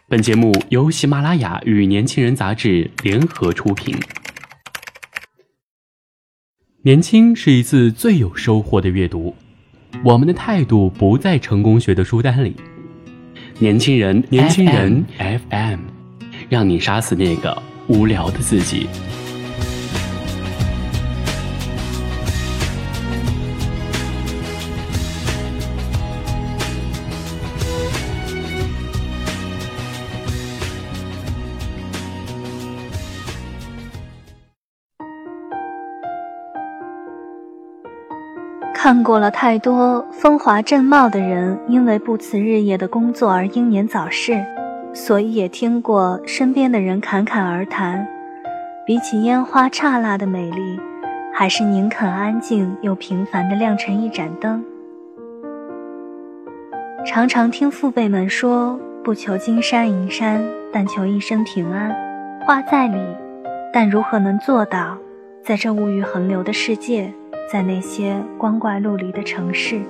本节目由喜马拉雅与年轻人杂志联合出品。年轻是一次最有收获的阅读，我们的态度不在成功学的书单里。年轻人 FM， 让你杀死那个无聊的自己。 看过了太多风华正茂的人因为不辞日夜的工作而英年早逝，所以也听过身边的人侃侃而谈，比起烟花刹那的美丽，还是宁肯安静又平凡地亮成一盏灯。常常听父辈们说，不求金山银山，但求一生平安。话在理，但如何能做到，在这物欲横流的世界，在那些光怪陆离的城市。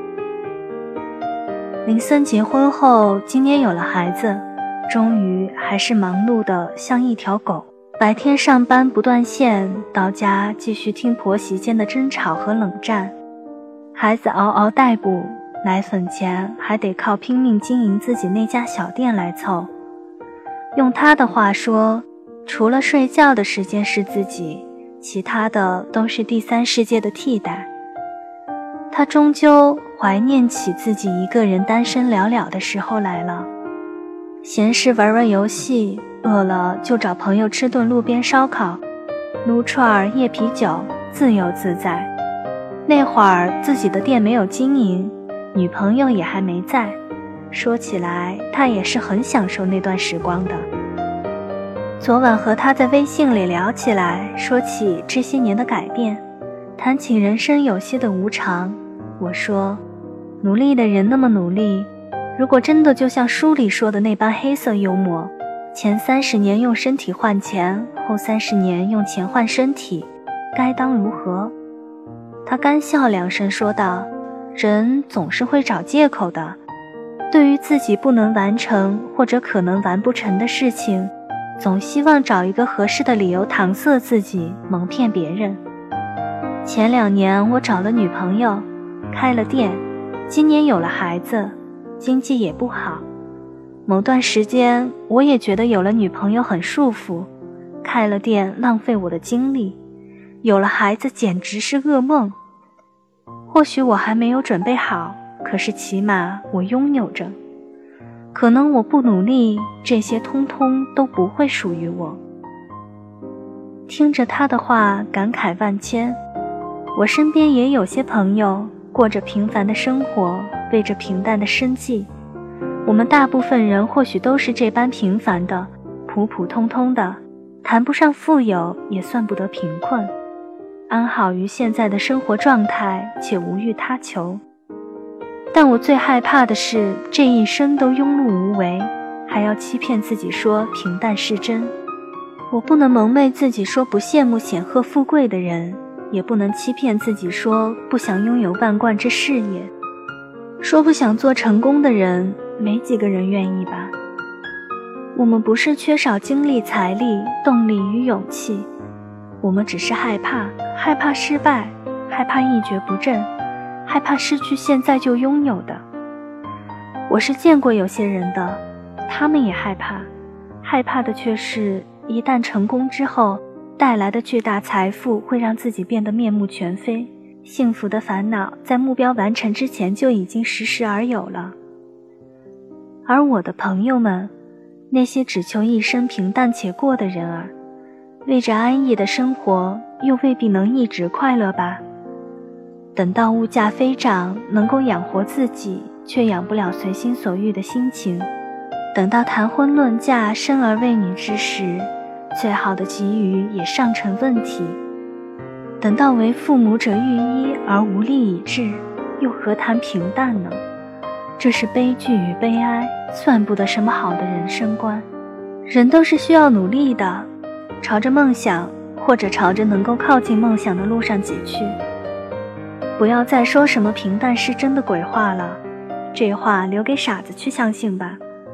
林森结婚后，今年有了孩子，终于还是忙碌的像一条狗，白天上班不断线，到家继续听婆媳间的争吵和冷战。孩子嗷嗷待哺，奶粉钱还得靠拼命经营自己那家小店来凑。用他的话说，除了睡觉的时间是自己，其他的都是第三世界的替代。他终究怀念起自己一个人单身寥寥的时候来了。闲时玩玩游戏，饿了就找朋友吃顿路边烧烤，撸串夜啤酒，自由自在。那会儿自己的店没有经营，女朋友也还没在，说起来他也是很享受那段时光的。昨晚和他在微信里聊起来，说起这些年的改变，谈起人生有些的无常。我说，努力的人那么努力，如果真的就像书里说的那般黑色幽默，前30年用身体换钱，后30年用钱换身体，该当如何？他干笑2声说道，人总是会找借口的，对于自己不能完成或者可能完不成的事情，总希望找一个合适的理由搪塞自己，蒙骗别人。前2年我找了女朋友，开了店，今年有了孩子，经济也不好。某段时间我也觉得有了女朋友很束缚，开了店浪费我的精力，有了孩子简直是噩梦。或许我还没有准备好，可是起码我拥有着。可能我不努力，这些通通都不会属于我。听着他的话，感慨万千。我身边也有些朋友过着平凡的生活，为着平淡的生计。我们大部分人或许都是这般平凡的，普普通通的，谈不上富有，也算不得贫困，安好于现在的生活状态，且无欲他求。但我最害怕的是，这一生都庸碌无为，还要欺骗自己说平淡是真。我不能蒙昧自己说不羡慕显赫富贵的人，也不能欺骗自己说不想拥有万贯之事业。说不想做成功的人，没几个人愿意吧。我们不是缺少精力、财力、动力与勇气，我们只是害怕失败，害怕一蹶不振，害怕失去现在就拥有的。我是见过有些人的，他们也害怕的却是一旦成功之后带来的巨大财富会让自己变得面目全非，幸福的烦恼在目标完成之前就已经时时而有了。而我的朋友们，那些只求一生平淡且过的人儿，为着安逸的生活，又未必能一直快乐吧。等到物价飞涨，能够养活自己，却养不了随心所欲的心情；等到谈婚论嫁、生儿为女之时，最好的给予也尚成问题；等到为父母者御医而无力以治，又何谈平淡呢？这是悲剧与悲哀，算不得什么好的人生观。人都是需要努力的，朝着梦想，或者朝着能够靠近梦想的路上挤去。不要再说什么平淡是真的鬼话了，这话留给傻子去相信吧。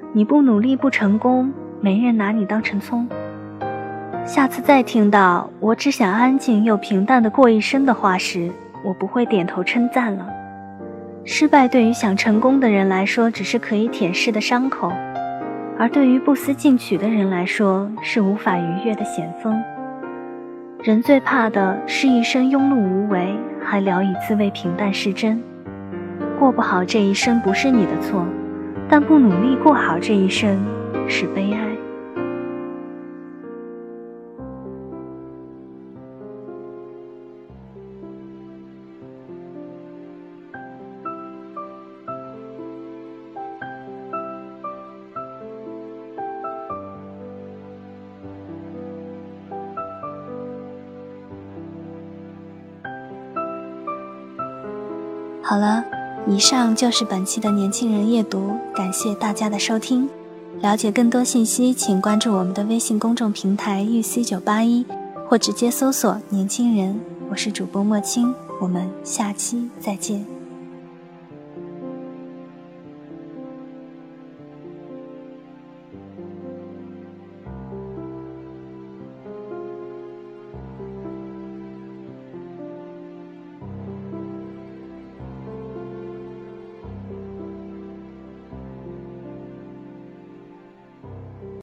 你不努力不成功，没人拿你当成葱。下次再听到我只想安静又平淡地过一生的话时，我不会点头称赞了。失败对于想成功的人来说只是可以舔舐的伤口，而对于不思进取的人来说是无法逾越的险峰。人最怕的是一生庸碌无为，还聊以自慰平淡是真。过不好这一生不是你的错，但不努力过好这一生是悲哀。好了，以上就是本期的年轻人夜读，感谢大家的收听。了解更多信息，请关注我们的微信公众平台UC981，或直接搜索年轻人。我是主播莫青，我们下期再见。